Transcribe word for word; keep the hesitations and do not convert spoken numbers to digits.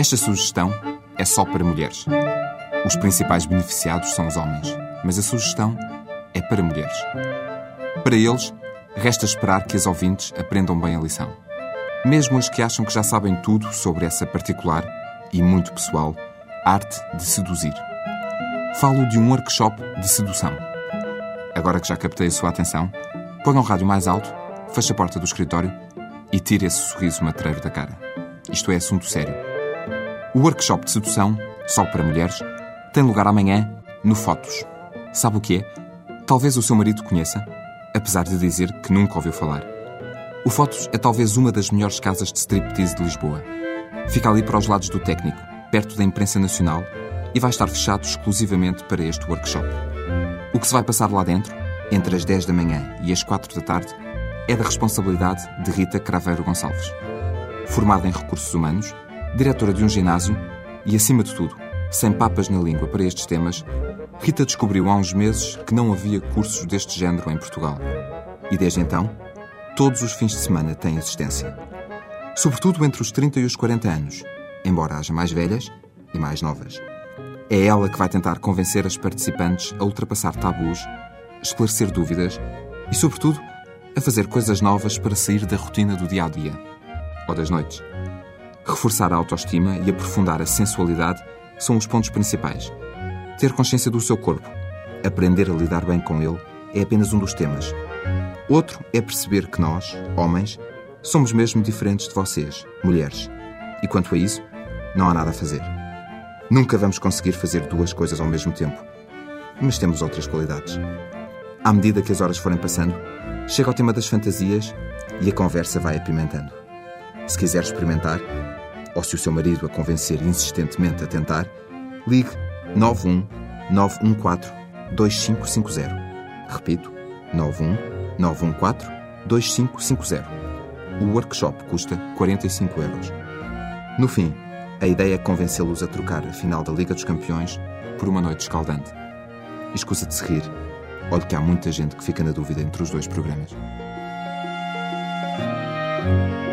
Esta sugestão é só para mulheres. Os principais beneficiados são os homens, mas a sugestão é para mulheres. Para eles, resta esperar que as ouvintes aprendam bem a lição. Mesmo as que acham que já sabem tudo sobre essa particular e muito pessoal arte de seduzir. Falo de um workshop de sedução. Agora que já captei a sua atenção, ponha o rádio mais alto, feche a porta do escritório e tire esse sorriso matreiro da cara. Isto é assunto sério. O workshop de sedução, só para mulheres, tem lugar amanhã no Fotos. Sabe o que é? Talvez o seu marido conheça, apesar de dizer que nunca ouviu falar. O Fotos é talvez uma das melhores casas de striptease de Lisboa. Fica ali para os lados do Técnico, perto da imprensa nacional, e vai estar fechado exclusivamente para este workshop. O que se vai passar lá dentro, entre as dez da manhã e as quatro da tarde, é da responsabilidade de Rita Craveiro Gonçalves. Formada em recursos humanos, diretora de um ginásio e, acima de tudo, sem papas na língua para estes temas, Rita descobriu há uns meses que não havia cursos deste género em Portugal. E desde então, todos os fins de semana têm existência. Sobretudo entre os trinta e os quarenta anos, embora haja mais velhas e mais novas. É ela que vai tentar convencer as participantes a ultrapassar tabus, esclarecer dúvidas e, sobretudo, a fazer coisas novas para sair da rotina do dia-a-dia ou das noites. Reforçar a autoestima e aprofundar a sensualidade são os pontos principais. Ter consciência do seu corpo, aprender a lidar bem com ele, é apenas um dos temas. Outro é perceber que nós, homens, somos mesmo diferentes de vocês, mulheres. E quanto a isso, não há nada a fazer. Nunca vamos conseguir fazer duas coisas ao mesmo tempo. Mas temos outras qualidades. À medida que as horas forem passando, chega ao tema das fantasias e a conversa vai apimentando. Se quiser experimentar, ou se o seu marido a convencer insistentemente a tentar, ligue nove um nove um quatro dois cinco cinco zero. Repito, nove um nove um quatro dois cinco cinco zero. O workshop custa quarenta e cinco euros. No fim, a ideia é convencê-los a trocar a final da Liga dos Campeões por uma noite escaldante. E escusa de se rir, olhe que há muita gente que fica na dúvida entre os dois programas.